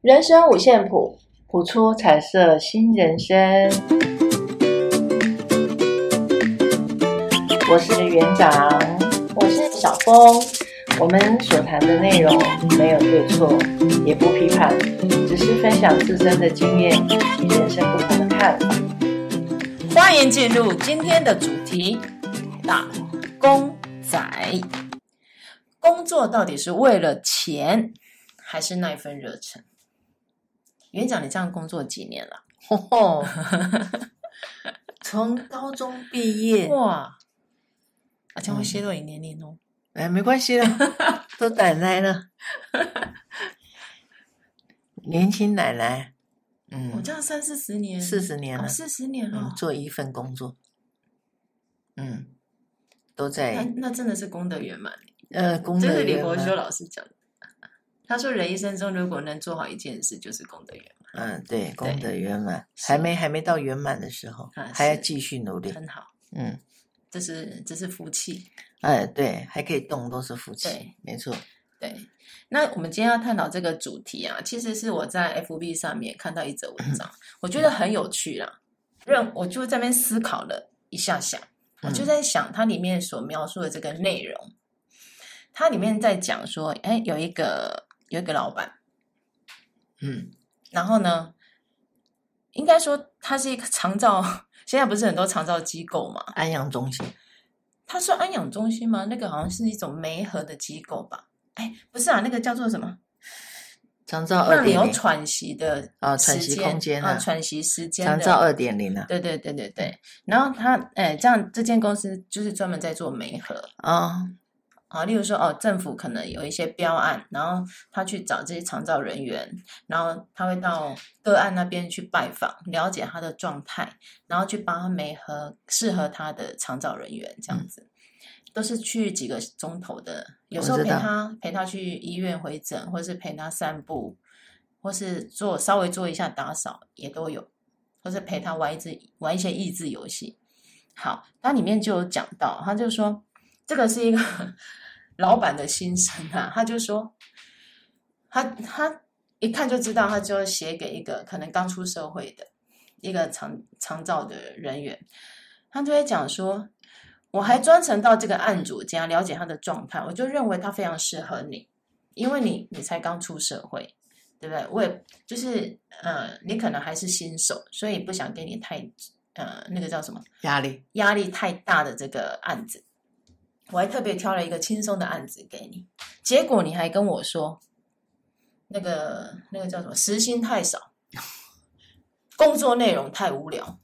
人生五线谱，谱出彩色新人生。我是园长，我是小峰。我们所谈的内容没有对错，也不批判，只是分享自身的经验及人生不同的看法。欢迎进入今天的主题：打工仔。工作到底是为了钱，还是那份热忱？园长，你这样工作几年了？ 从高中毕业， 哇，这样会泄露你年龄哦。 没关系啦，都奶奶了，年轻奶奶。 我这样30-40年 ，40年了 ，40年了， 做一份工作，都在那真的是功德圆满。 功德圆满。 这是李国修老师讲的。他说，人一生中如果能做好一件事，就是功德圆满。 对，功德圆满，还没到圆满的时候，还要继续努力。 很好，这是福气。 对，还可以动，都是福气。 对， 没错。 对，那我们今天要探讨这个主题啊，其实是我在 FB 上面看到一则文章，我觉得很有趣啦。我就在那边思考了一下下，我就在想它里面所描述的这个内容，它里面在讲说，有一个老板，然后呢，应该说他是一个长照，现在不是很多长照机构嘛， 安养中心。 他说安养中心吗？那个好像是一种媒合的机构吧？不是啊，那个叫做什么？ 长照2.0， 让你有喘息的喘息空间喘息时间的。长照2.0啊。 对。然后他这样这间公司就是专门在做媒合例如说政府可能有一些标案，然后他去找这些长照人员，然后他会到个案那边去拜访，了解他的状态，然后去帮他媒合适合他的长照人员，这样子。都是去几个钟头的，有时候陪他去医院回诊，或是陪他散步，或是稍微做一下打扫也都有，或是陪他玩一些益智游戏。好，它里面就有讲到，他就说这个是一个老板的心声啊，他就说他一看就知道，他就写给一个可能刚出社会的一个长照的人员，他就会讲说，我还专程到这个案主家了解他的状态，我就认为他非常适合你，因为你才刚出社会，对不对？我也就是你可能还是新手，所以不想给你太那个叫什么压力太大的这个案子，我还特别挑了一个轻松的案子给你，结果你还跟我说那个叫什么时薪太少，工作内容太无聊。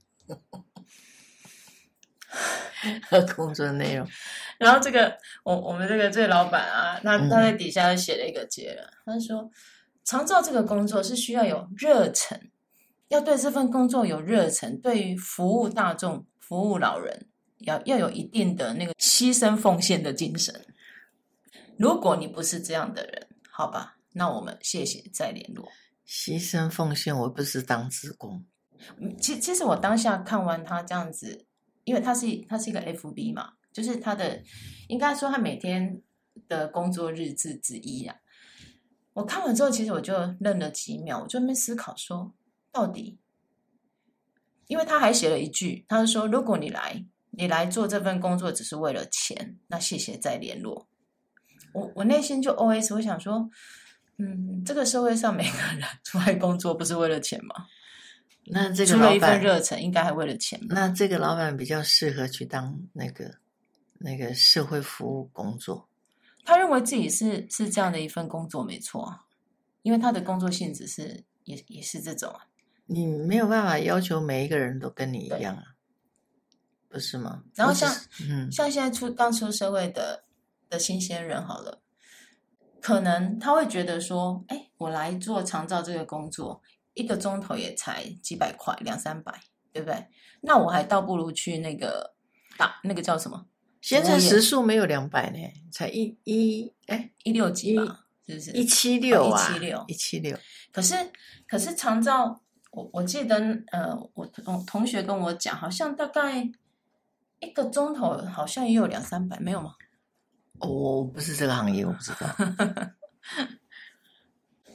工作内容， 然后这个我们这个老板啊，他在底下写了一个结论，他说长照这个工作是需要有热忱，要对这份工作有热忱，对于服务大众、服务老人要有一定的那个牺牲奉献的精神。如果你不是这样的人，好吧，那我们谢谢再联络。 牺牲奉献，我不是当志工。 其实我当下看完他这样子，因为他是一个 FB 嘛，就是他的应该说他每天的工作日志之一啊。我看完之后，其实我就愣了几秒，我就在那边思考说，到底，因为他还写了一句，他说如果你来做这份工作只是为了钱，那谢谢再联络。我内心就 OS， 我想说，这个社会上每个人出来工作不是为了钱吗？ 那这个除了一份热忱，应该还为了钱。 那这个老板比较适合去当那个社会服务工作。 他认为自己是这样的一份工作，没错啊，因为他的工作性质也是这种啊。 你没有办法要求每一个人都跟你一样啊，不是吗？ 然后像现在刚出社会的新鲜人好了，可能他会觉得说，我来做长照这个工作，1个钟头也才几百块，200-300，对不对？那我还倒不如去那个那个叫什么？ 现在时数没有200呢，才 160几吧，是不是 ？176啊 ，176。可是长照，我记得我同学跟我讲，好像大概1个钟头好像也有200-300，没有吗？ 我不是这个行业，我不知道。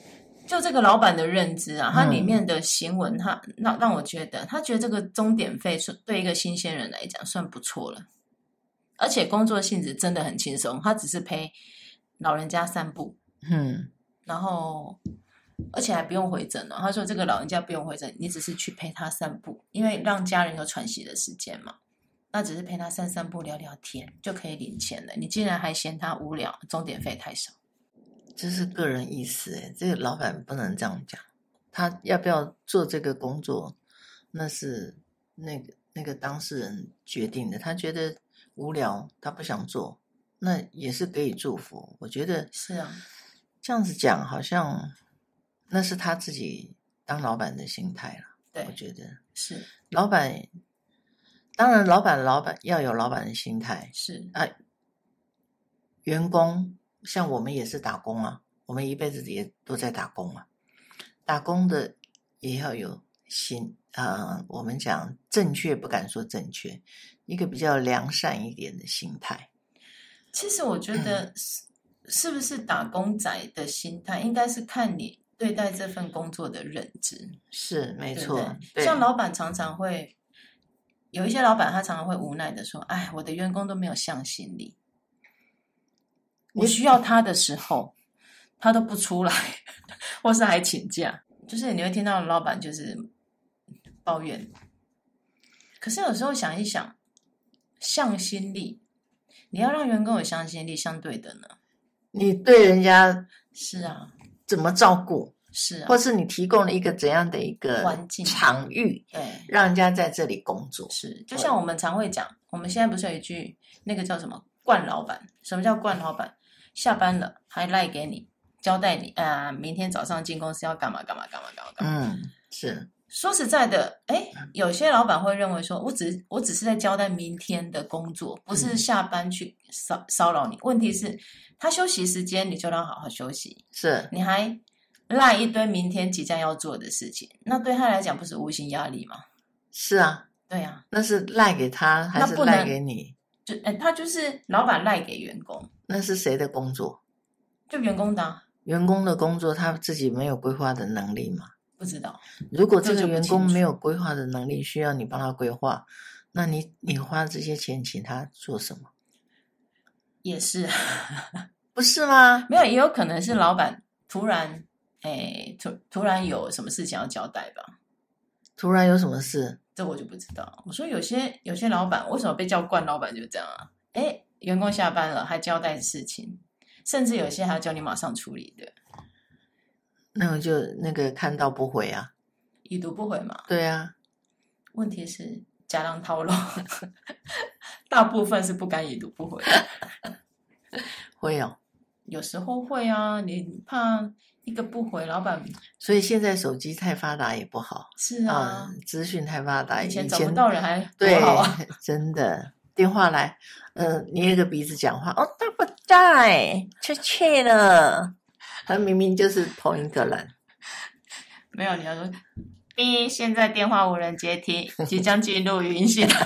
就这个老板的认知啊，他里面的行文，他让我觉得，他觉得这个钟点费对一个新鲜人来讲算不错了，而且工作性质真的很轻松，他只是陪老人家散步，然后而且还不用回诊哦。他说这个老人家不用回诊，你只是去陪他散步，因为让家人有喘息的时间嘛。那只是陪他散步聊聊天就可以领钱了，你竟然还嫌他无聊，钟点费太少。 这是个人意思这个老板不能这样讲，他要不要做这个工作，那是那个当事人决定的。他觉得无聊，他不想做，那也是给予祝福。我觉得是啊， 这样子讲好像那是他自己当老板的心态了。 对， 我觉得是老板，当然老板要有老板的心态， 是啊，员工。像我们也是打工啊，我们一辈子也都在打工啊，打工的也要有心我们讲正确，不敢说正确，一个比较良善一点的心态。 其实我觉得是不是打工仔的心态，应该是看你对待这份工作的认知。 是没错， 对不对？像老板常常会有一些老板，他常常会无奈的说：“哎，我的员工都没有向心力。”我需要他的时候，他都不出来，或是还请假。就是你会听到老板就是抱怨。可是有时候想一想，向心力，你要让员工有向心力，相对的呢， 你对人家是啊， 怎么照顾， 是啊， 或是你提供了一个怎样的一个环境场域， 对， 让人家在这里工作。 是，就像我们常会讲，我们现在不是有一句那个叫什么惯老板？什么叫惯老板？下班了还赖给你，交代你明天早上进公司要干嘛干嘛干嘛干嘛干嘛。 是。 说实在的，有些老板会认为说，我只是在交代明天的工作，不是下班去骚扰你。问题是，他休息时间你就让好好休息， 是你还赖一堆明天即将要做的事情，那对他来讲不是无形压力吗？ 是啊， 对啊， 那是赖给他还是赖给你？ 他就是老板赖给员工。 那是谁的工作？ 就员工的员工的工作，他自己没有规划的能力吗？ 不知道。 如果这个员工没有规划的能力，需要你帮他规划，那你花这些钱请他做什么？ 也是， 不是吗？ 没有，也有可能是老板突然突然有什么事情要交代吧。 突然有什么事？ 这我就不知道。我说有些老板为什么被叫惯老板就这样啊？员工下班了还交代事情，甚至有些还要叫你马上处理的。 那我就看到不回啊， 已读不回嘛。 对啊。 问题是家人套路，大部分是不敢已读不回。 会哦， 有时候会啊，你怕一个不回，老板。 所以现在手机太发达也不好。 是啊， 资讯太发达， 以前找不到人还多好啊。 对，真的。电话来，捏个鼻子讲话，他不在，去了。他明明就是同一个人。 没有，你要说现在电话无人接听，即将进入语音系统。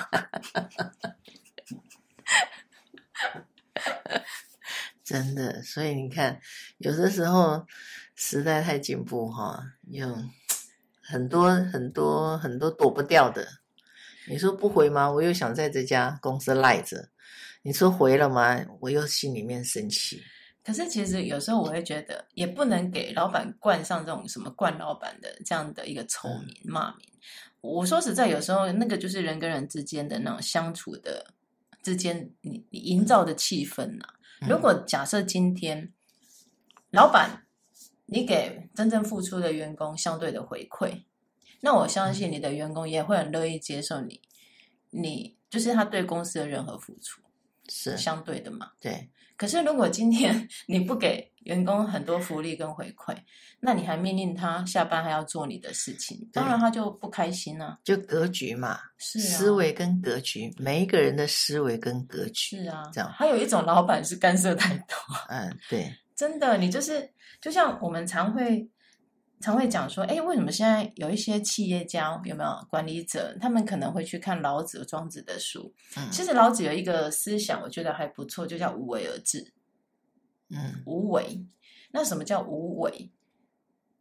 真的，所以你看，有的时候时代太进步有很多很多很多躲不掉的。你说不回吗？我又想在这家公司赖着。你说回了吗？我又心里面生气。 可是其实有时候我会觉得，也不能给老板冠上这种什么惯老板的这样的一个臭名骂名。我说实在，有时候那个就是人跟人之间的那种相处的之间，你营造的气氛啊。如果假设今天老板你给真正付出的员工相对的回馈，那我相信你的员工也会很乐意接受你就是他对公司的任何付出，是相对的嘛。 对。 可是如果今天你不给员工很多福利跟回馈，那你还命令他下班还要做你的事情，当然他就不开心啊。 就格局嘛， 是思维跟格局，每一个人的思维跟格局。 是啊， 这样。 还有一种老板是干涉太多。 对， 真的，你就像我们常会讲说，为什么现在有一些企业家有没有管理者，他们可能会去看老子、庄子的书。其实老子有一个思想，我觉得还不错，就叫无为而治。无为，那什么叫无为？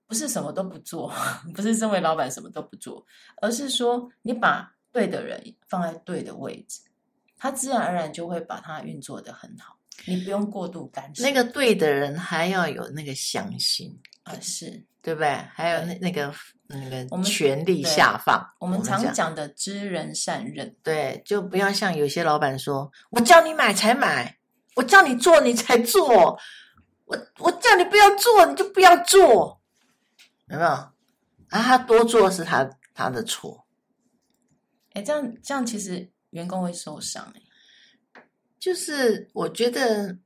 不是什么都不做，不是身为老板什么都不做，而是说你把对的人放在对的位置，他自然而然就会把它运作得很好，你不用过度干涉。 那个对的人还要有那个相信是， 对不对？还有那个我们权力下放， 我们常讲讲的知人善任。 对，就不要像有些老板说，我叫你买才买，我叫你做你才做，我叫你不要做你就不要做，有没有？啊，他多做是他的错。 这样其实员工会受伤。 就是我觉得，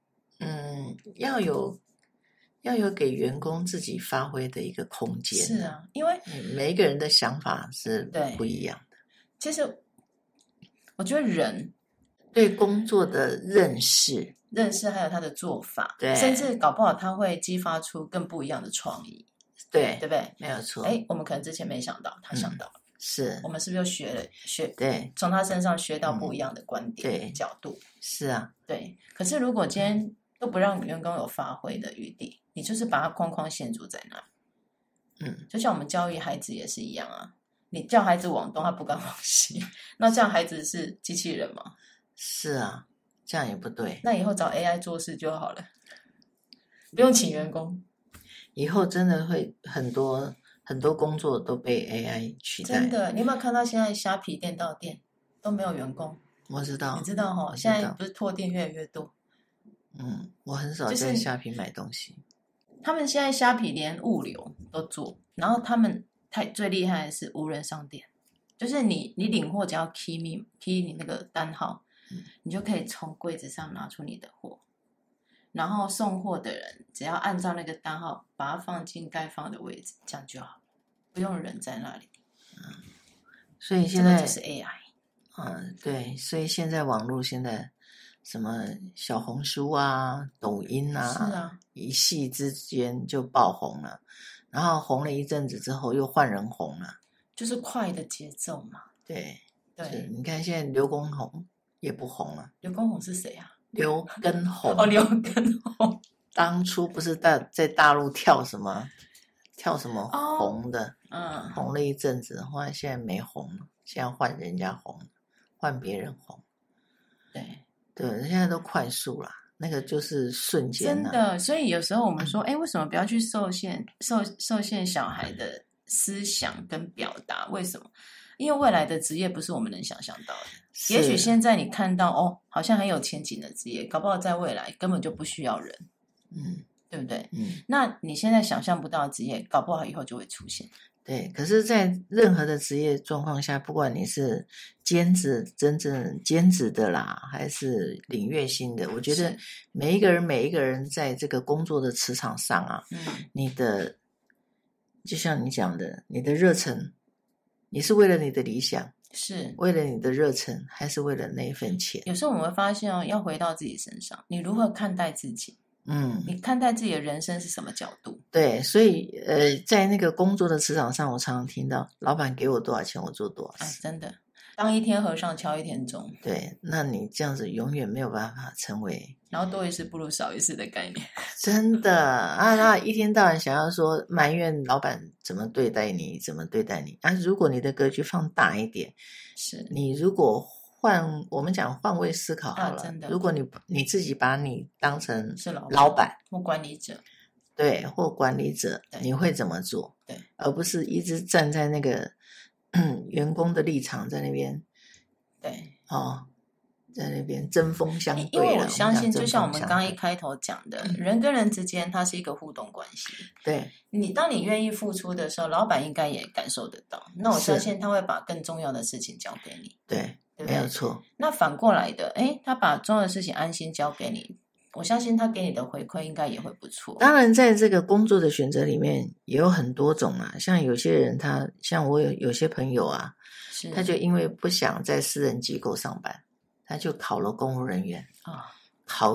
要有给员工自己发挥的一个空间。 是啊，因为每一个人的想法是不一样的。 其实我觉得人对工作的认识还有他的做法， 对， 甚至搞不好他会激发出更不一样的创意， 对不对？ 没有错。 我们可能之前没想到，他想到了。 是我们是不是又学对， 从他身上学到不一样的观点、 对角度？ 是啊， 对。可是如果今天都不让员工有发挥的余地，你就是把他框框限住在那。就像我们教育孩子也是一样啊，你叫孩子往东，他不敢往西，那这样孩子是机器人吗？ 是啊，这样也不对。 那以后找 AI 做事就好了，不用请员工。 以后真的会很多工作都被 AI 取代。 真的，你有没有看到现在虾皮店到店都没有员工？ 我知道， 你知道齁，现在不是拓店越来越多。 我很少在虾皮买东西。 他们现在虾皮连物流都做，然后他们最厉害的是无人商店，就是你领货只要 key 你那个单号，你就可以从柜子上拿出你的货，然后送货的人只要按照那个单号把它放进该放的位置，这样就好了，不用人在那里。 所以现在这个就是 AI。 对，所以现在网络现在什么小红书啊、抖音啊， 是啊， 一夕之间就爆红了，然后红了一阵子之后又换人红了， 就是快的节奏嘛。 对， 对， 你看现在刘畊宏也不红了。 刘畊宏是谁啊？ 刘畊宏刘畊宏当初不是在大陆跳什么红的，红了一阵子，后来现在没红了，现在换人家红，换别人红。对，现在都快速啦，那个就是瞬间真的。所以有时候我们说，为什么不要去受限小孩的思想跟表达？为什么？因为未来的职业不是我们能想象到的。也许现在你看到好像很有前景的职业，搞不好在未来根本就不需要人。对不对？那你现在想象不到的职业，搞不好以后就会出现。 对，可是在任何的职业状况下，不管你是真正兼职的啦，还是领月薪的，我觉得每一个人在这个工作的职场上啊，你的就像你讲的，你的热忱，你是为了你的理想， 是为了你的热忱，还是为了那一份钱？ 有时候我们会发现要回到自己身上，你如何看待自己？你看待自己的人生是什么角度？ 对，所以在那个工作的职场上，我常常听到老板给我多少钱，我做多少事。 真的，当一天和尚敲一天钟。 对，那你这样子永远没有办法成为， 然后多一事不如少一事的概念。 真的啊，那一天到晚想要说埋怨老板怎么对待你啊，如果你的格局放大一点， 是你如果我们讲换位思考好了， 真的， 如果你自己把你当成是老板或管理者， 对，或管理者，你会怎么做？ 对， 而不是一直站在那个员工的立场在那边， 对， 在那边针锋相对。 因为我相信，就像我们刚刚一开头讲的，人跟人之间它是一个互动关系。 对， 当你愿意付出的时候，老板应该也感受得到。那我相信他会把更重要的事情交给你。 对，没有错。 那反过来的，他把重要的事情安心交给你，我相信他给你的回馈应该也会不错。 当然，在这个工作的选择里面也有很多种啊，像有些人像我有些朋友啊，他就因为不想在私人机构上班，他就考了公务人员考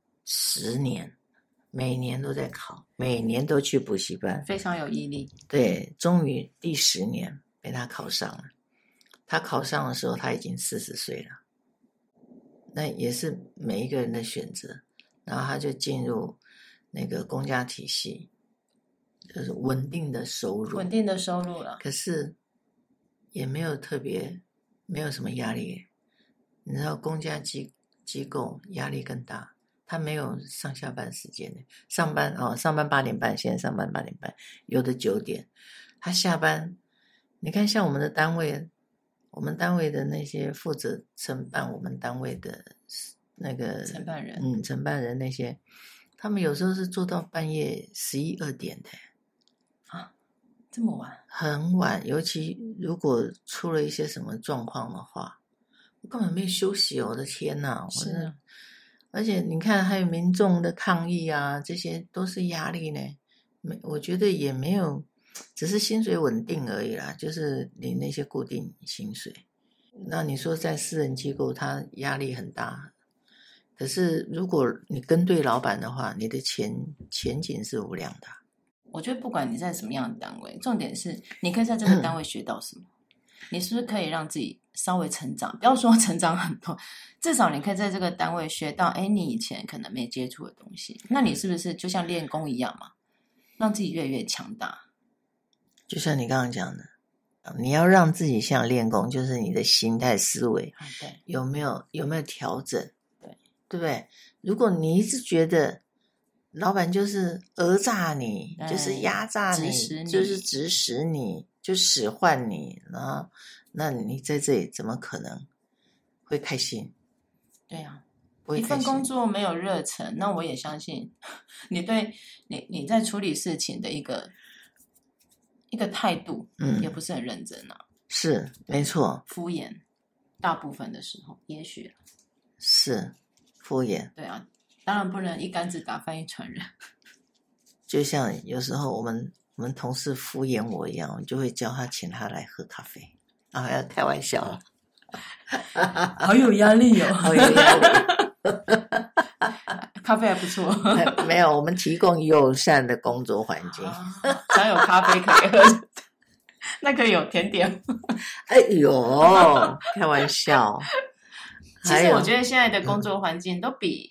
10年，每年都在考，每年都去补习班， 非常有毅力。 对，终于第10年被他考上了。他考上的时候他已经40岁了，那也是每一个人的选择。然后他就进入那个公家体系， 就是稳定的收入， 稳定的收入了。 可是也没有特别，没有什么压力。你知道公家机构压力更大，他没有上下班时间的，上班8点半，现在上班8点半，有的9点，他下班，你看像我们单位的那些负责承办我们单位的那个承办人， 承办人那些，他们有时候是做到半夜11、2点的啊，这么晚？ 很晚，尤其如果出了一些什么状况的话，我根本没有休息哦，我的天哪！ 是啊， 而且你看，还有民众的抗议啊，这些都是压力呢。我觉得也没有，只是薪水稳定而已啦，就是你那些固定薪水。那你说在私人机构，它压力很大。可是如果你跟对老板的话，你的前景是无量的。 我觉得不管你在什么样的单位，重点是你可以在这个单位学到什么。你是不是可以让自己稍微成长？不要说成长很多，至少你可以在这个单位学到，你以前可能没接触的东西。那你是不是就像练功一样嘛，让自己越来越强大？ 就像你刚刚讲的，你要让自己像练功，就是你的心态思维对， 有没有调整？ 对不对？如果你一直觉得老板就是讹诈你，就是压榨你，就是指使你，就使唤你，然后那你在这里怎么可能会开心？ 对啊， 不会开心。 一份工作没有热忱，那我也相信你对你在处理事情的一个态度，也不是很认真啊。 是，没错， 敷衍，大部分的时候也许是敷衍。 对啊，当然不能一竿子打翻一船人。 就像有时候我们同事敷衍我一样，我就会叫他请他来喝咖啡啊，要开玩笑了。 好有压力哦， 好有压力。 咖啡还不错。 没有，我们提供友善的工作环境， 才有咖啡可以喝。那个有甜点。 哎呦，开玩笑。 其实我觉得现在的工作环境都比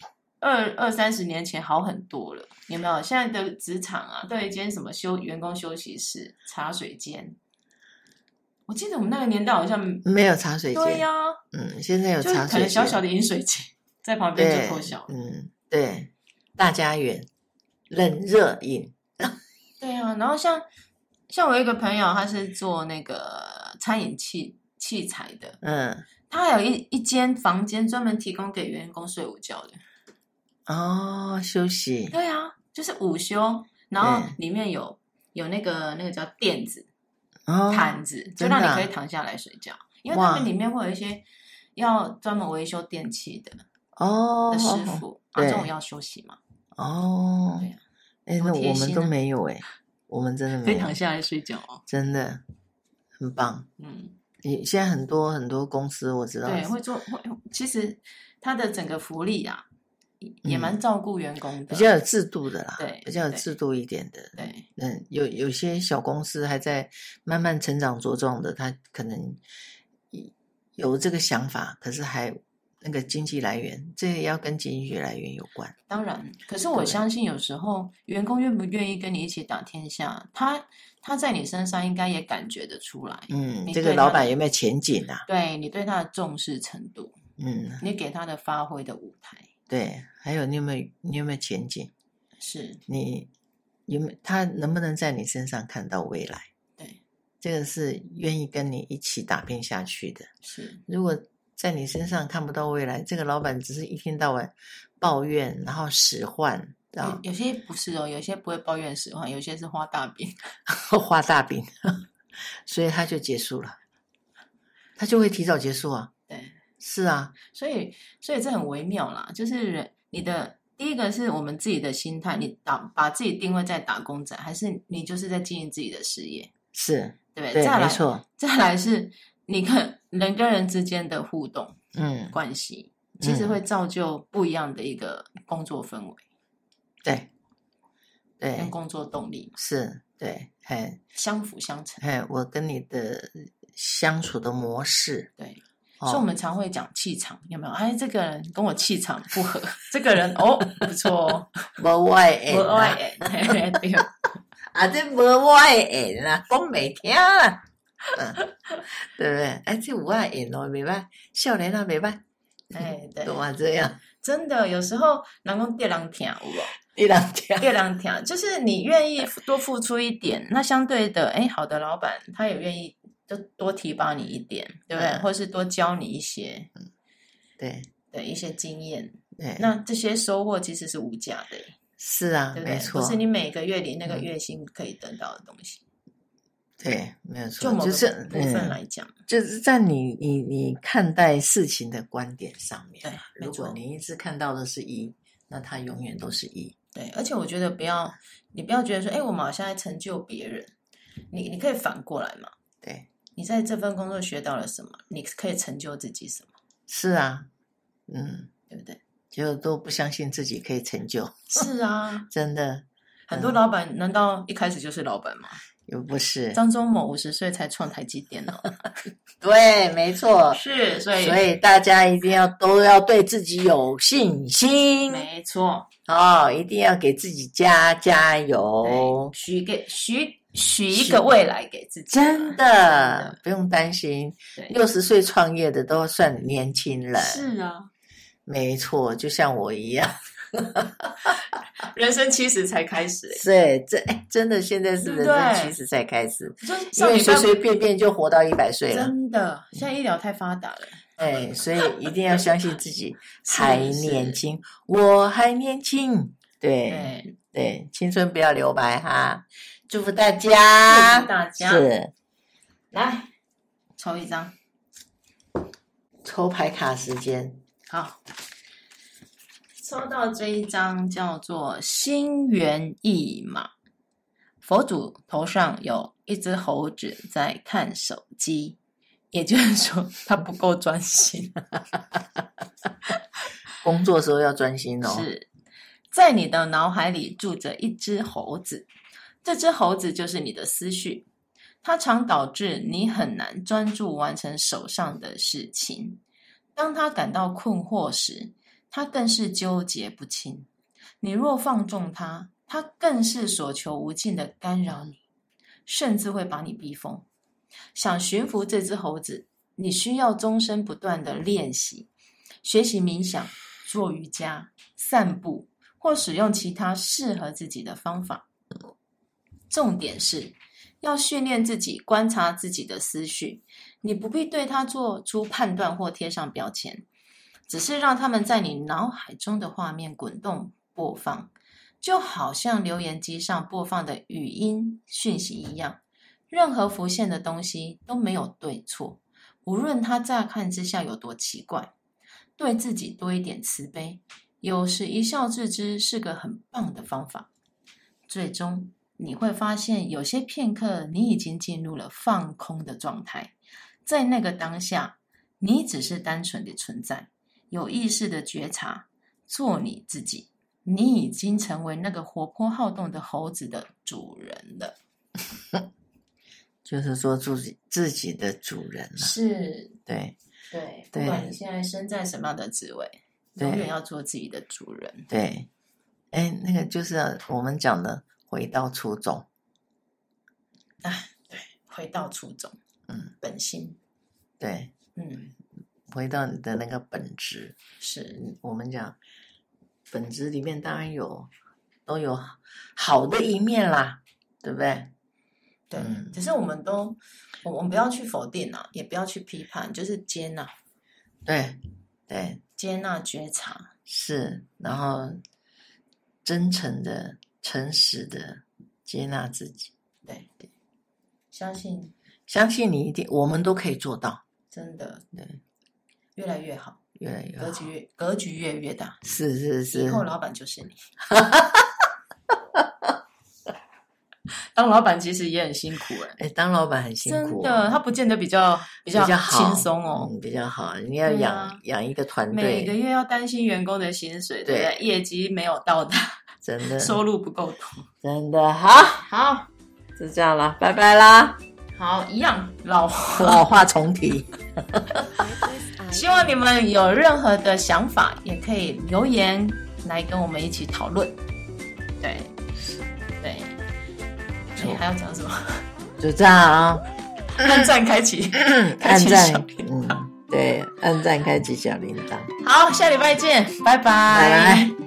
20-30年前好很多了，有没有？现在的职场啊，都有一间什么员工休息室、茶水间。我记得我们那个年代好像没有茶水间。 对呀， 现在有茶水间， 就可能小小的饮水机在旁边就够小了。 对，大家园冷热饮。 对啊，然后像我有一个朋友，他是做那个餐饮器材的，他还有一间房间专门提供给员工睡午觉的。 哦，休息。 对啊，就是午休，然后里面有那个叫垫子、毯子，就让你可以躺下来睡觉。因为他们里面会有一些要专门维修电器的师傅，这种要休息嘛。对啊， 那我们都没有我们真的没有。 可以躺下来睡觉哦， 真的很棒。现在很多公司我知道， 对，会其实它的整个福利啊，也蛮照顾员工的， 比较有制度的啦， 对， 比较有制度一点的。 对， 有些小公司还在慢慢成长茁壮的，他可能有这个想法，可是还那个经济来源，这也要跟经济来源有关。 当然，可是我相信有时候员工愿不愿意跟你一起打天下，他在你身上应该也感觉得出来。 这个老板有没有前景啊？ 对，你对他的重视程度，你给他的发挥的舞台， 对，还有你有没有前景？ 是你他能不能在你身上看到未来？ 对， 这个是愿意跟你一起打拼下去的。 是， 如果在你身上看不到未来，这个老板只是一天到晚抱怨，然后使唤。 有些不是哦，有些不会抱怨使唤，有些是画大饼。 画大饼，所以他就结束了，他就会提早结束啊。 对， 是啊， 所以这很微妙啦，就是你的第一个是我们自己的心态，你把自己定位在打工仔，还是你就是在经营自己的事业？ 是， 对， 没错。 再来是你看人跟人之间的互动，关系，其实会造就不一样的一个工作氛围。 对， 跟工作动力是，对， 相辅相成。 我跟你的相处的模式， 对，所以我们常会讲气场，有没有？这个人跟我气场不合，这个人不错哦， 不外啊，这无我的缘啦，讲袂听啦，对不对？哎，这有我的缘哦，袂歹，少年啊，袂歹， 哎，对， 懂吗？这样， 真的有时候人讲跌人听有无？ 你人听， 跌人听，就是你愿意多付出一点，那相对的，哎，好的老板他也愿意就多提拔你一点，对不对？或是多教你一些， 对的一些经验， 对， 那这些收获其实是无价的， 是啊， 对不对？ 没错， 不是你每个月领那个月薪可以得到的东西。 对，没有错， 就某个就是部分来讲， 就是在你看待事情的观点上面， 对，没错。 如果你一直看到的是一，那它永远都是一。 对，而且我觉得你不要觉得说，哎，我们好像在成就别人，你可以反过来嘛。 对， 你在这份工作学到了什么，你可以成就自己什么。 是啊， 对不对？ 就都不相信自己可以成就。 是啊， 真的， 很多老板难道一开始就是老板吗？ 又不是。 张忠谋50岁才创台积电哦。 对，没错， 是，所以大家一定都要对自己有信心。 没错， 一定要给自己加油， 许一个未来给自己。 真的不用担心，60岁创业的都算年轻人。 是啊， 没错，就像我一样。 人生70才开始， 对，真的现在是人生70才开始，因为随随便便就活到100岁了。 真的，现在医疗太发达了。 所以一定要相信自己还年轻，我还年轻。对，青春不要留白哈！祝福大家， 祝福大家。 是， 来抽一张， 抽牌卡时间。 好。抽到这一张叫做心猿意马，佛祖头上有一只猴子在看手机，也就是说他不够专心。 工作的时候要专心哦。 是，在你的脑海里住着一只猴子，这只猴子就是你的思绪，它常导致你很难专注完成手上的事情。当它感到困惑时，它更是纠结不清，你若放纵它，它更是所求无尽的干扰你，甚至会把你逼疯。想驯服这只猴子，你需要终身不断的练习，学习冥想、做瑜伽、散步，或使用其他适合自己的方法。重点是要训练自己观察自己的思绪，你不必对它做出判断或贴上标签，只是让他们在你脑海中的画面滚动播放，就好像留言机上播放的语音讯息一样。任何浮现的东西都没有对错，无论它乍看之下有多奇怪。对自己多一点慈悲，有时一笑置之是个很棒的方法。最终你会发现，有些片刻你已经进入了放空的状态，在那个当下，你只是单纯的存在，有意识的觉察，做你自己。你已经成为那个活泼好动的猴子的主人了。 就是说自己的主人了。 是， 对， 不管你现在身在什么样的职位，永远要做自己的主人。 对，那个就是我们讲的回到初衷。 对，回到初衷，本心。 对，回到你的那个本质。 是， 我们讲本质里面当然都有好的一面啦，对不对？ 对，只是我们不要去否定啊，也不要去批判，就是接纳。 对， 接纳觉察是，然后真诚的、诚实的接纳自己。对， 相信你一定，我们都可以做到。 真的， 对， 越来越好， 越来越好， 格局越来越大。 是， 以后老板就是你。当老板其实也很辛苦当老板很辛苦， 真的，他不见得比较轻松哦， 比较好。你要养一个团队， 每个月要担心员工的薪水，对不对？业绩没有到达， 真的收入不够多， 真的好，就这样了，拜拜啦。 好，一样老话重提。 希望你们有任何的想法，也可以留言来跟我们一起讨论。对。 错， 还要讲什么？ 就这样啊， 按赞开启，开启按赞小铃铛。 对，按赞开启小铃铛， 好，下礼拜见，拜拜。 拜拜。